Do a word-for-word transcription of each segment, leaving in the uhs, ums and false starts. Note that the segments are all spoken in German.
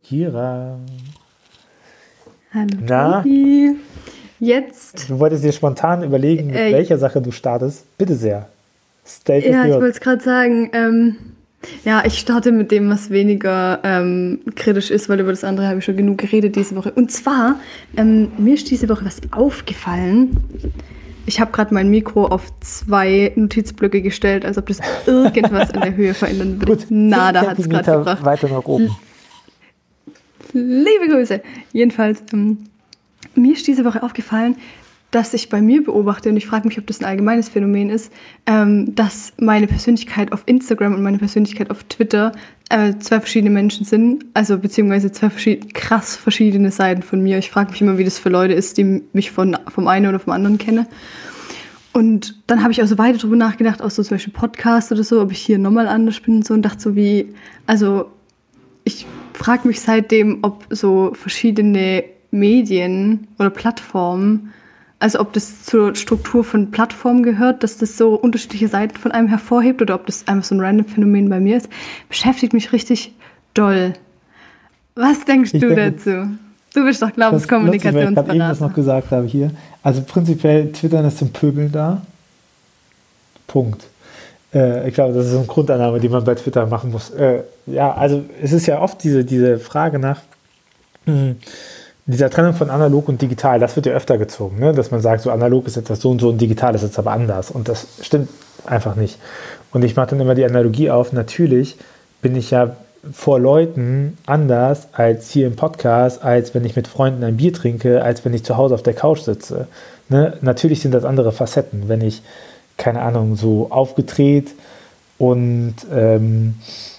Kira. Hallo Na? Tobi. Jetzt. Du wolltest dir spontan überlegen, mit Äh, welcher Sache du startest. Bitte sehr. State Ja, of ich yours. wollte es gerade sagen. Ähm, ja, ich starte mit dem, was weniger ähm, kritisch ist, weil über das andere habe ich schon genug geredet diese Woche. Und zwar, ähm, mir ist diese Woche was aufgefallen. Ich habe gerade mein Mikro auf zwei Notizblöcke gestellt, als ob das irgendwas an der Höhe verändern würde. Gut, Nada zehn hat es gerade Zentimeter gebracht. weiter nach oben. Liebe Grüße. Jedenfalls, ähm, mir ist diese Woche aufgefallen, dass ich bei mir beobachte, und ich frage mich, ob das ein allgemeines Phänomen ist, ähm, dass meine Persönlichkeit auf Instagram und meine Persönlichkeit auf Twitter äh, zwei verschiedene Menschen sind, also beziehungsweise zwei verschied- krass verschiedene Seiten von mir. Ich frage mich immer, wie das für Leute ist, die mich von, vom einen oder vom anderen kennen. Und dann habe ich auch so weiter drüber nachgedacht, auch so zum Beispiel Podcast oder so, ob ich hier nochmal anders bin und so, und dachte so wie, also ich frage mich seitdem, ob so verschiedene Medien oder Plattformen, also ob das zur Struktur von Plattformen gehört, dass das so unterschiedliche Seiten von einem hervorhebt oder ob das einfach so ein random Phänomen bei mir ist, beschäftigt mich richtig doll. Was denkst Ich du denke, dazu? Du bist doch Das ist lustig, weil ich gerade eben das Glaubenskommunikationsberater. noch gesagt habe hier. Also prinzipiell, Twittern ist zum Pöbeln da. Punkt. Äh, ich glaube, das ist so eine Grundannahme, die man bei Twitter machen muss. Äh, ja, also es ist ja oft diese, diese Frage nach mh, dieser Trennung von analog und digital. Das wird ja öfter gezogen, ne? Dass man sagt, so analog ist etwas so und so und digital ist jetzt aber anders. Und das stimmt einfach nicht. Und ich mache dann immer die Analogie auf, natürlich bin ich ja vor Leuten anders als hier im Podcast, als wenn ich mit Freunden ein Bier trinke, als wenn ich zu Hause auf der Couch sitze. Ne? Natürlich sind das andere Facetten. Wenn ich, keine Ahnung, so aufgedreht und, ähm,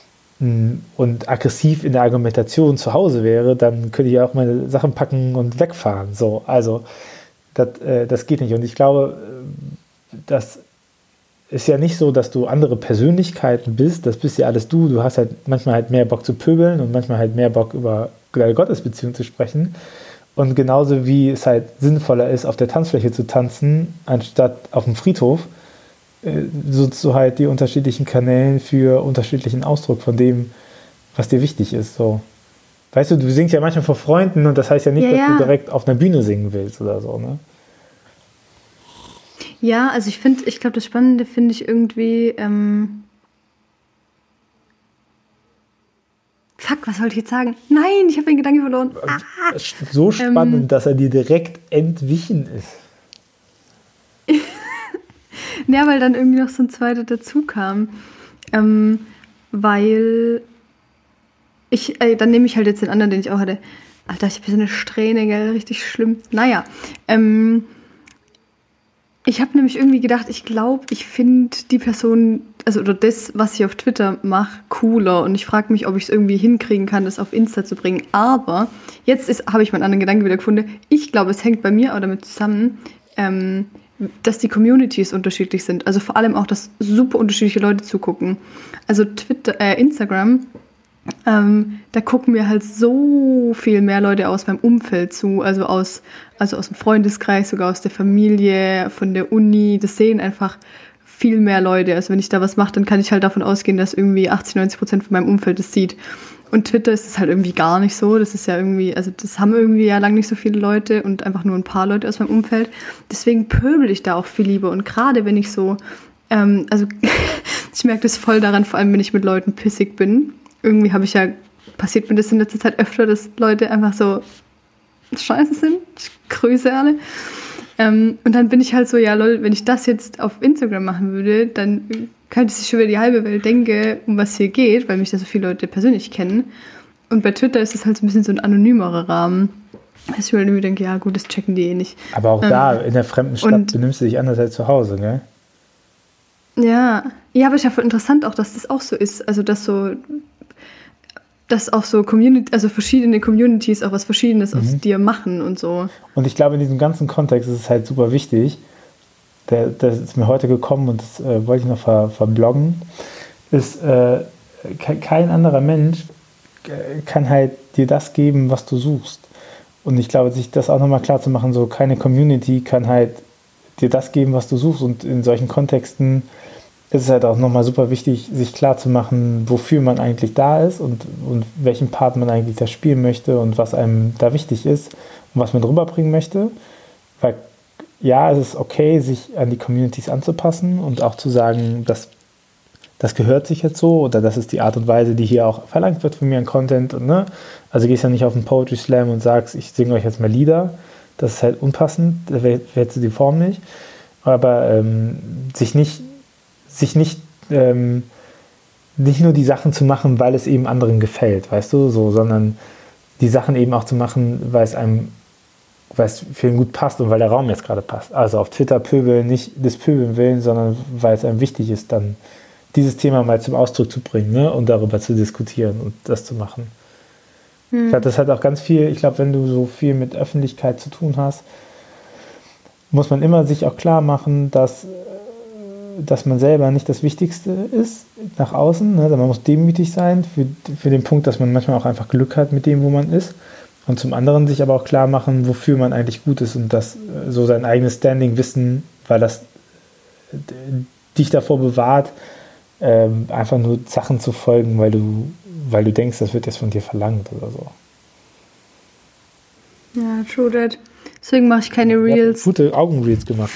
und aggressiv in der Argumentation zu Hause wäre, dann könnte ich ja auch meine Sachen packen und wegfahren. So, also das, äh, das geht nicht. Und ich glaube, das ist ja nicht so, dass du andere Persönlichkeiten bist, das bist ja alles du, du hast halt manchmal halt mehr Bock zu pöbeln und manchmal halt mehr Bock über deine Gottesbeziehung zu sprechen, und genauso wie es halt sinnvoller ist, auf der Tanzfläche zu tanzen, anstatt auf dem Friedhof, äh, nutzt du halt die unterschiedlichen Kanälen für unterschiedlichen Ausdruck von dem, was dir wichtig ist, so. Weißt du, du singst ja manchmal vor Freunden und das heißt ja nicht, Ja, dass du ja. direkt auf einer Bühne singen willst oder so, ne? Ja, also ich finde, ich glaube, das Spannende finde ich irgendwie, ähm, fuck, was wollte ich jetzt sagen? Nein, ich habe den Gedanken verloren. Ah, So spannend, ähm, dass er dir direkt entwichen ist. ja, weil dann irgendwie noch so ein zweiter dazu kam. Ähm, weil ich, äh, dann nehme ich halt jetzt den anderen, den ich auch hatte. Alter, ich habe so eine Strähne, gell, richtig schlimm. Naja, ähm, ich habe nämlich irgendwie gedacht, ich glaube, ich finde die Person, also oder das, was ich auf Twitter mache, cooler. Und ich frage mich, ob ich es irgendwie hinkriegen kann, das auf Insta zu bringen. Aber jetzt ist- habe ich meinen anderen Gedanken wieder gefunden. Ich glaube, es hängt bei mir auch damit zusammen, ähm, dass die Communities unterschiedlich sind. Also vor allem auch, dass super unterschiedliche Leute zugucken. Also Twitter, äh, Instagram, ähm, da gucken mir halt so viel mehr Leute aus meinem Umfeld zu, also aus, also aus dem Freundeskreis, sogar aus der Familie, von der Uni. Das sehen einfach viel mehr Leute. Also wenn ich da was mache, dann kann ich halt davon ausgehen, dass irgendwie achtzig, neunzig Prozent von meinem Umfeld das sieht. Und Twitter ist es halt irgendwie gar nicht so. Das ist ja irgendwie, also das haben irgendwie ja lang nicht so viele Leute und einfach nur ein paar Leute aus meinem Umfeld. Deswegen pöbel ich da auch viel lieber. Und gerade wenn ich so, ähm, also ich merke das voll daran, vor allem wenn ich mit Leuten pissig bin. Irgendwie habe ich ja, passiert mir das in letzter Zeit öfter, dass Leute einfach so scheiße sind. Ich grüße alle. Ähm, und dann bin ich halt so, ja lol, wenn ich das jetzt auf Instagram machen würde, dann könnte sich schon wieder die halbe Welt denken, um was hier geht, weil mich da so viele Leute persönlich kennen. Und bei Twitter ist es halt so ein bisschen so ein anonymerer Rahmen. Dass ich mir irgendwie denke, ja gut, das checken die eh nicht. Aber auch Ähm, da, in der fremden Stadt, und- benimmst du dich anders als zu Hause, ne? Ja, ja, aber es ist ja voll interessant auch, dass das auch so ist. Also, dass so, dass auch so Community, also verschiedene Communities auch was Verschiedenes aus dir machen und so. Und ich glaube, in diesem ganzen Kontext ist es halt super wichtig, der, das ist mir heute gekommen und das äh, wollte ich noch ver, verbloggen, ist, äh, ke- kein anderer Mensch äh, kann halt dir das geben, was du suchst. Und ich glaube, sich das auch nochmal klar zu machen, so keine Community kann halt dir das geben, was du suchst. Und in solchen Kontexten ist es halt auch nochmal super wichtig, sich klar zu machen, wofür man eigentlich da ist und, und welchen Part man eigentlich da spielen möchte und was einem da wichtig ist und was man rüberbringen möchte. Weil ja, es ist okay, sich an die Communities anzupassen und auch zu sagen, dass das gehört sich jetzt so oder das ist die Art und Weise, die hier auch verlangt wird von mir an Content. Und, ne? Also gehst ja nicht auf einen Poetry Slam und sagst, ich singe euch jetzt mal Lieder. Das ist halt unpassend, da wäre jetzt die Form nicht. Aber ähm, sich nicht sich nicht, ähm, nicht nur die Sachen zu machen, weil es eben anderen gefällt, weißt du, so, sondern die Sachen eben auch zu machen, weil es einem, weil es für ihn gut passt und weil der Raum jetzt gerade passt. Also auf Twitter pöbeln, nicht des Pöbeln willen, sondern weil es einem wichtig ist, dann dieses Thema mal zum Ausdruck zu bringen, ne? Und darüber zu diskutieren und das zu machen. Hm. Ich glaube, das hat auch ganz viel, ich glaube, wenn du so viel mit Öffentlichkeit zu tun hast, muss man immer sich auch klar machen, dass dass man selber nicht das Wichtigste ist nach außen. Ne? Man muss demütig sein für, für den Punkt, dass man manchmal auch einfach Glück hat mit dem, wo man ist. Und zum anderen sich aber auch klar machen, wofür man eigentlich gut ist und das so sein eigenes Standing wissen, weil das dich davor bewahrt, ähm, einfach nur Sachen zu folgen, weil du, weil du denkst, das wird jetzt von dir verlangt oder so. Ja, true that. Deswegen mache ich keine Reels. Ich habe gute Augenreels gemacht.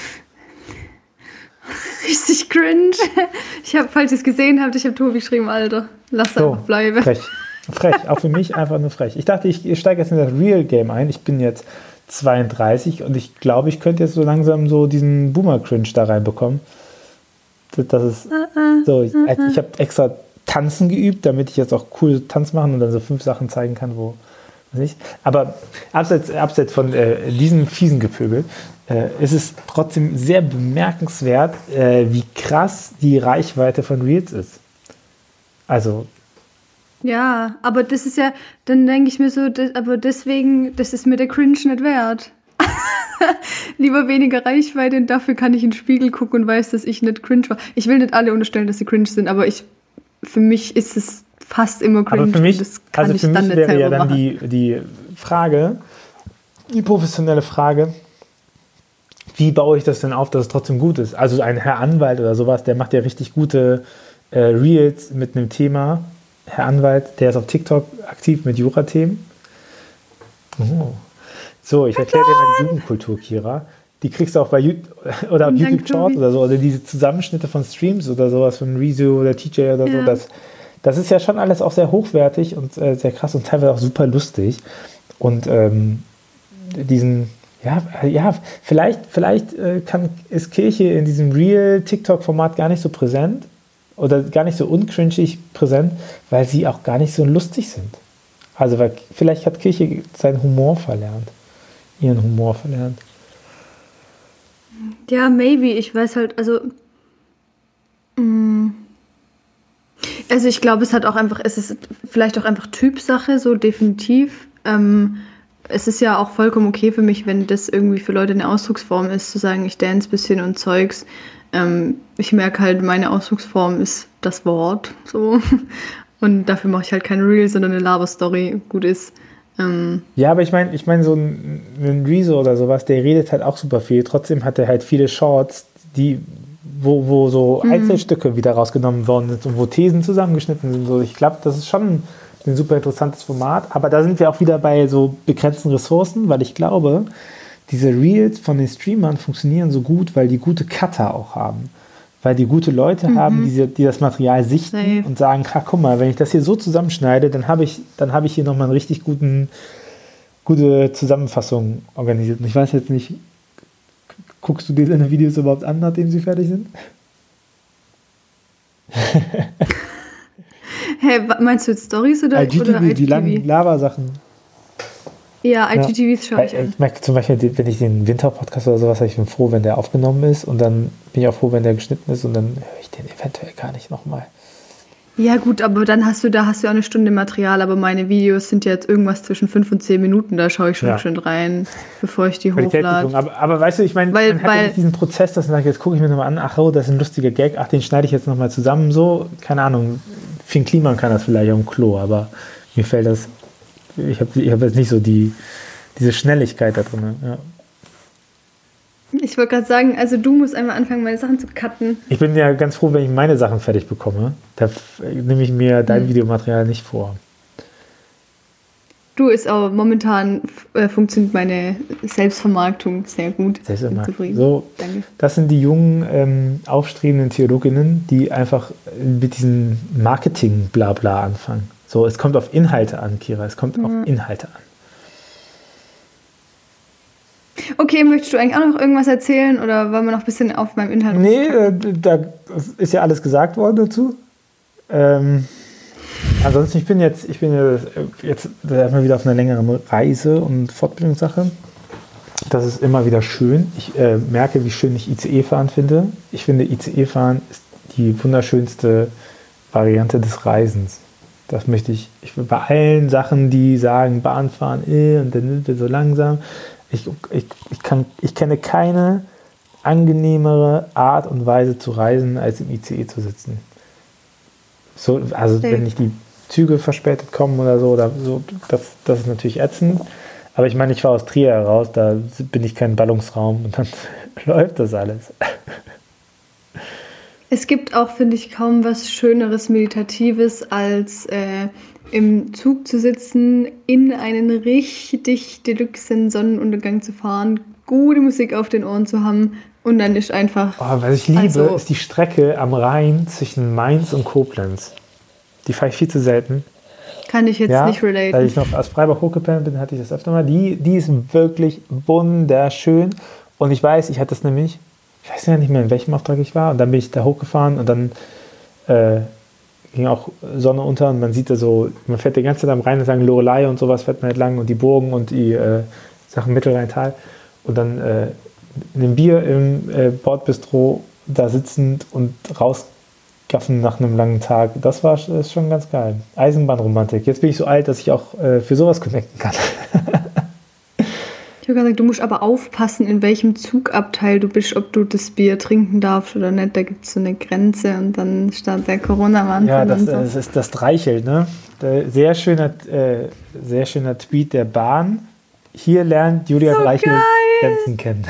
Richtig cringe. Ich habe, falls ihr es gesehen habt, ich habe Tobi geschrieben, Alter, lass so, einfach bleiben. Frech. Frech, auch für mich einfach nur frech. Ich dachte, ich steige jetzt in das Real-Game ein. Ich bin jetzt zweiunddreißig und ich glaube, ich könnte jetzt so langsam so diesen Boomer-Cringe da reinbekommen. Das ist uh-uh, so, ich, uh-uh. ich habe extra Tanzen geübt, damit ich jetzt auch cool Tanz machen und dann so fünf Sachen zeigen kann, wo nicht. Aber abseits, abseits von äh, diesem fiesen Gepöbel äh, ist es trotzdem sehr bemerkenswert, äh, wie krass die Reichweite von Reels ist. Also ja, aber das ist ja, dann denke ich mir so, das, aber deswegen, das ist mir der Cringe nicht wert. Lieber weniger Reichweite und dafür kann ich in den Spiegel gucken und weiß, dass ich nicht cringe war. Ich will nicht alle unterstellen, dass sie cringe sind, aber ich, für mich ist es fast immer cringe. Aber für mich, das kann also ich für dann mich nicht wäre ja dann machen. die, die Frage, die professionelle Frage, wie baue ich das denn auf, dass es trotzdem gut ist? Also ein Herr Anwalt oder sowas, der macht ja richtig gute äh, Reels mit einem Thema. Herr Anwalt, der ist auf TikTok aktiv mit Jura-Themen. Oh. So, ich erkläre dir mal die Jugendkultur, Kira. Die kriegst du auch bei YouTube oder auf YouTube Short oder so, oder diese Zusammenschnitte von Streams oder sowas von Rezo oder T J oder ja. so. Das, das ist ja schon alles auch sehr hochwertig und äh, sehr krass und teilweise auch super lustig. Und ähm, diesen, ja, ja, vielleicht, vielleicht äh, kann, ist Kirche in diesem Real-TikTok-Format gar nicht so präsent oder gar nicht so uncringig präsent, weil sie auch gar nicht so lustig sind. Also weil vielleicht hat Kirche seinen Humor verlernt, ihren Humor verlernt. Ja, maybe. Ich weiß halt, also mh. also ich glaube, es hat auch einfach, es ist vielleicht auch einfach Typsache, so definitiv. Ähm, es ist ja auch vollkommen okay für mich, wenn das irgendwie für Leute eine Ausdrucksform ist, zu sagen, ich dance ein bisschen und Zeugs. Ähm, ich merke halt, meine Ausdrucksform ist das Wort, so. Und dafür mache ich halt keine Reel, sondern eine Laberstory, gut ist. Ähm ja, aber ich meine, ich meine so ein, ein Rezo oder sowas, der redet halt auch super viel. Trotzdem hat er halt viele Shorts, die, wo, wo so mhm. Einzelstücke wieder rausgenommen worden sind und wo Thesen zusammengeschnitten sind. So, ich glaube, das ist schon ein super interessantes Format. Aber da sind wir auch wieder bei so begrenzten Ressourcen, weil ich glaube, diese Reels von den Streamern funktionieren so gut, weil die gute Cutter auch haben. Weil die gute Leute mhm. haben, die, die das Material sichten Safe. Und sagen, ha, guck mal, wenn ich das hier so zusammenschneide, dann habe ich, dann habe ich hier nochmal eine richtig guten, gute Zusammenfassung organisiert. Und ich weiß jetzt nicht, guckst du dir deine Videos überhaupt an, nachdem sie fertig sind? Hey, meinst du jetzt Stories oder I G T V? Oder die langen Lava-Sachen. Ja, I G T Vs schaue ich an. Ich merke zum Beispiel, wenn ich den Winter-Podcast oder sowas habe, ich bin froh, wenn der aufgenommen ist und dann bin ich auch froh, wenn der geschnitten ist und dann höre ich den eventuell gar nicht nochmal. Ja gut, aber dann hast du, da hast du auch eine Stunde Material, aber meine Videos sind jetzt irgendwas zwischen fünf und zehn Minuten, da schaue ich schon ja. schön rein, bevor ich die hochlade. Aber, aber weißt du, ich meine, man hat ja nicht diesen Prozess, dass man sagt, jetzt gucke ich mir nochmal an, ach oh, das ist ein lustiger Gag, ach, den schneide ich jetzt nochmal zusammen, so, keine Ahnung, Finn Kliman kann das vielleicht auf dem Klo, aber mir fällt das, ich habe ich hab jetzt nicht so die, diese Schnelligkeit da drin. Ja. Ich wollte gerade sagen, also du musst einmal anfangen, meine Sachen zu cutten. Ich bin ja ganz froh, wenn ich meine Sachen fertig bekomme. Da f- nehme ich mir dein Hm. Videomaterial nicht vor. Du, ist auch momentan äh, funktioniert meine Selbstvermarktung sehr gut. Sehr, sehr Bin mag. zufrieden. So, Danke. das sind die jungen, ähm, aufstrebenden Theologinnen, die einfach mit diesem Marketing-Blabla anfangen. So, es kommt auf Inhalte an, Kira. Es kommt auf Inhalte an. Okay, möchtest du eigentlich auch noch irgendwas erzählen oder wollen wir noch ein bisschen auf meinem Inhalt Nee, äh, da ist ja alles gesagt worden dazu. Ähm, ansonsten, ich bin jetzt, ich bin ja jetzt mal wieder auf einer längeren Reise und Fortbildungssache. Das ist immer wieder schön. Ich äh, merke, wie schön ich I C E-Fahren finde. Ich finde, I C E-Fahren ist die wunderschönste Variante des Reisens. Das möchte ich, ich will bei allen Sachen, die sagen, Bahnfahren, äh, und dann sind wir so langsam. Ich, ich, ich, kann, ich kenne keine angenehmere Art und Weise zu reisen, als im I C E zu sitzen. So, also Safe. wenn nicht die Züge verspätet kommen oder so, oder so das, das ist natürlich ätzend. Aber ich meine, ich fahre aus Trier heraus, da bin ich kein Ballungsraum und dann läuft das alles. Es gibt auch, finde ich, kaum was Schöneres, Meditatives, als äh, im Zug zu sitzen, in einen richtig deluxen Sonnenuntergang zu fahren, gute Musik auf den Ohren zu haben und dann ist einfach... Oh, was ich liebe, Also- ist die Strecke am Rhein zwischen Mainz und Koblenz. Die fahre ich viel zu selten. Kann ich jetzt Ja, nicht relaten. weil ich noch aus Freiburg hochgependelt bin, hatte ich das öfter mal. Die, die ist wirklich wunderschön. Und ich weiß, ich hatte es nämlich, ich weiß ja nicht mehr, in welchem Auftrag ich war. Und dann bin ich da hochgefahren und dann äh, ging auch Sonne unter und man sieht da so, man fährt die ganze Zeit am Rhein entlang, Lorelei und sowas fährt man entlang und die Burgen und die äh, Sachen Mittelrheintal. Und dann äh, in einem Bier im äh, Bordbistro da sitzend und rausgaffen nach einem langen Tag. Das war das ist schon ganz geil. Eisenbahnromantik. Jetzt bin ich so alt, dass ich auch äh, für sowas connecten kann. Ich habe gesagt, du musst aber aufpassen, in welchem Zugabteil du bist, ob du das Bier trinken darfst oder nicht. Da gibt es so eine Grenze und dann startet der Corona-Wahnsinn. Ja, das, und so. das ist das Dreichelt, ne? Der Sehr schöner, äh, sehr schöner Tweet der Bahn. Hier lernt Julia So Dreichelt geil! Grenzen kennen.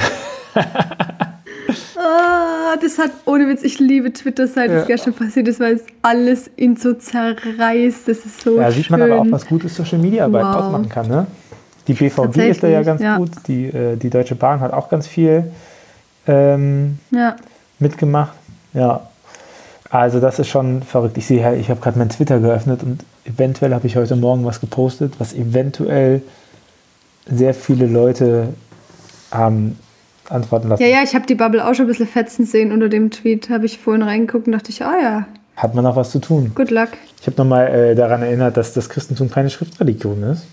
Ah, das hat, ohne Witz, ich liebe Twitter, seit Ja. es gestern passiert ist, weil es alles ihn so zerreißt. Das ist so Ja, schön. sieht man aber auch, was gute Social-Media-Arbeit Wow. ausmachen kann, ne? Die B V B ist da ja Tatsächlich, ganz ja. gut. Die, äh, die Deutsche Bahn hat auch ganz viel ähm, Ja. mitgemacht. Ja, also das ist schon verrückt. Ich sehe ja, ich habe gerade mein Twitter geöffnet und eventuell habe ich heute Morgen was gepostet, was eventuell sehr viele Leute haben antworten lassen. ja, ja, ich habe die Bubble auch schon ein bisschen fetzen sehen unter dem Tweet. Habe ich vorhin reingeguckt und dachte ich, ah ja, Hat man auch was zu tun. good luck. Ich habe nochmal äh, daran erinnert, dass das Christentum keine Schriftreligion ist.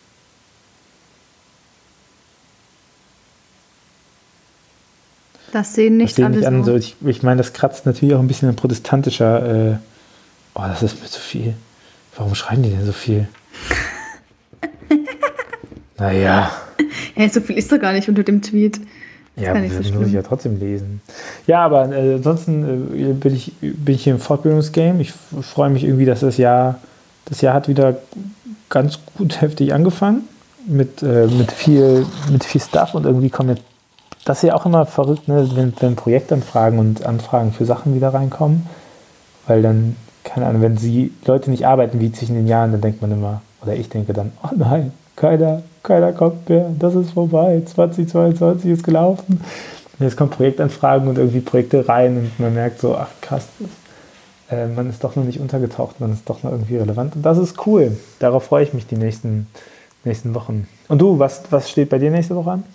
Das sehen Das nicht sehe alle ich an. so. So, ich ich meine, das kratzt natürlich auch ein bisschen an protestantischer. Äh, oh, das ist mir zu viel. Warum schreiben die denn so viel? Naja. Hey, so viel ist doch gar nicht unter dem Tweet. Das Ja, kann nicht so muss ich schlimm. ja trotzdem lesen. Ja, aber äh, ansonsten äh, bin, ich, bin ich hier im Fortbildungsgame. Ich f- freue mich irgendwie, dass das Jahr, das Jahr hat wieder ganz gut heftig angefangen. Mit, äh, mit, viel, mit viel Stuff und irgendwie kommen jetzt, das ist ja auch immer verrückt, ne, wenn, wenn Projektanfragen und Anfragen für Sachen wieder reinkommen. Weil dann, keine Ahnung, wenn sie Leute nicht arbeiten wie zwischen den Jahren, dann denkt man immer, oder ich denke dann, oh nein, keiner, keiner kommt mehr, das ist vorbei, zwanzig zweiundzwanzig ist gelaufen. Und jetzt kommen Projektanfragen und irgendwie Projekte rein und man merkt so, ach krass, äh, man ist doch noch nicht untergetaucht, man ist doch noch irgendwie relevant und das ist cool. Darauf freue ich mich die nächsten, nächsten Wochen. Und du, was, was steht bei dir nächste Woche an?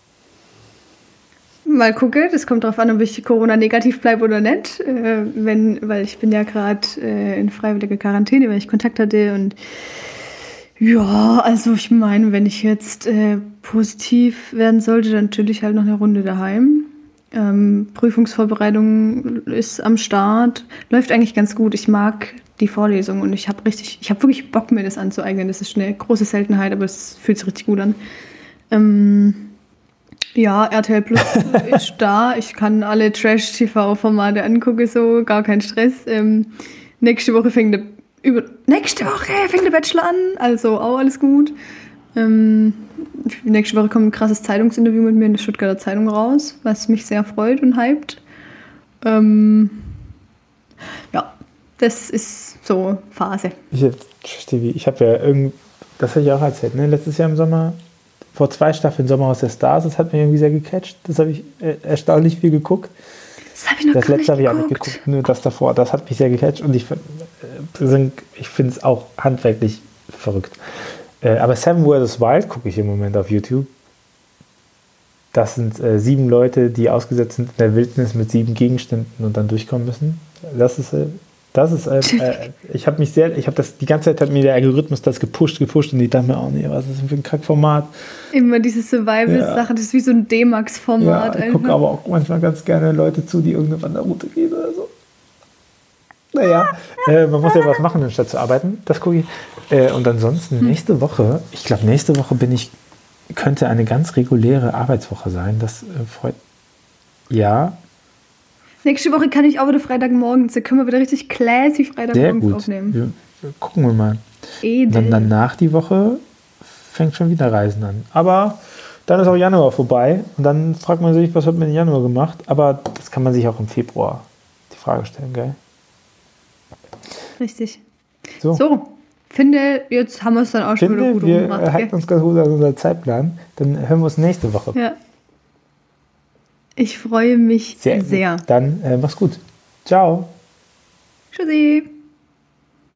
Mal gucken, das kommt darauf an, ob ich Corona-negativ bleibe oder nicht. Äh, wenn, weil ich bin ja gerade äh, in freiwilliger Quarantäne, weil ich Kontakt hatte. Und ja, also ich meine, wenn ich jetzt äh, positiv werden sollte, dann natürlich halt noch eine Runde daheim. Ähm, Prüfungsvorbereitung ist am Start. Läuft eigentlich ganz gut. Ich mag die Vorlesung und ich habe richtig, ich habe wirklich Bock, mir das anzueignen. Das ist eine große Seltenheit, aber es fühlt sich richtig gut an. Ähm, Ja, R T L Plus ist da. Ich kann alle Trash-T V-Formate angucken, so, gar kein Stress. Ähm, nächste Woche fängt der über nächste Woche fängt der Bachelor an, also auch alles gut. Ähm, nächste Woche kommt ein krasses Zeitungsinterview mit mir in der Stuttgarter Zeitung raus, was mich sehr freut und hypt. Ähm, ja, das ist so Phase. Ich, ich habe ja irgend, das habe ich auch erzählt, ne? Letztes Jahr im Sommer, vor zwei Staffeln Sommerhaus der Stars, das hat mich irgendwie sehr gecatcht. Das habe ich äh, erstaunlich viel geguckt. Das habe ich noch das gar letzte nicht habe ich auch nicht geguckt, nur das davor. Das hat mich sehr gecatcht und ich, äh, ich finde es auch handwerklich verrückt. Äh, aber Seven versus. Wild gucke ich im Moment auf YouTube. Das sind äh, sieben Leute, die ausgesetzt sind in der Wildnis mit sieben Gegenständen und dann durchkommen müssen. Das ist, äh, das ist, äh, äh, ich habe mich sehr, ich habe das, die ganze Zeit hat mir der Algorithmus das gepusht, gepusht und ich dachte mir, oh nee, was ist das für ein Kackformat? Immer diese Survival-Sache, ja. Das ist wie so ein D-Max-Format. Ja, ich gucke aber auch manchmal ganz gerne Leute zu, die irgendeine Wanderroute gehen oder so. Naja, äh, man muss ja was machen, anstatt zu arbeiten. Das gucke ich. Äh, und ansonsten hm. nächste Woche, ich glaube, nächste Woche bin ich, könnte eine ganz reguläre Arbeitswoche sein. Das äh, freut. Ja. Nächste Woche kann ich auch wieder Freitagmorgens. Da können wir wieder richtig classy Freitagmorgens aufnehmen. Wir, wir gucken wir mal. Edel. Dann danach die Woche fängt schon wieder Reisen an. Aber dann ist auch Januar vorbei. Und dann fragt man sich, was hat man im Januar gemacht? Aber das kann man sich auch im Februar die Frage stellen, gell? Richtig. So. so, finde, jetzt haben wir es dann auch schon finde, wieder gut wir umgemacht. Wir halten uns ganz gut an unseren Zeitplan. Dann hören wir uns nächste Woche. Ja. Ich freue mich sehr. sehr. Dann äh, mach's gut. Ciao. Tschüssi.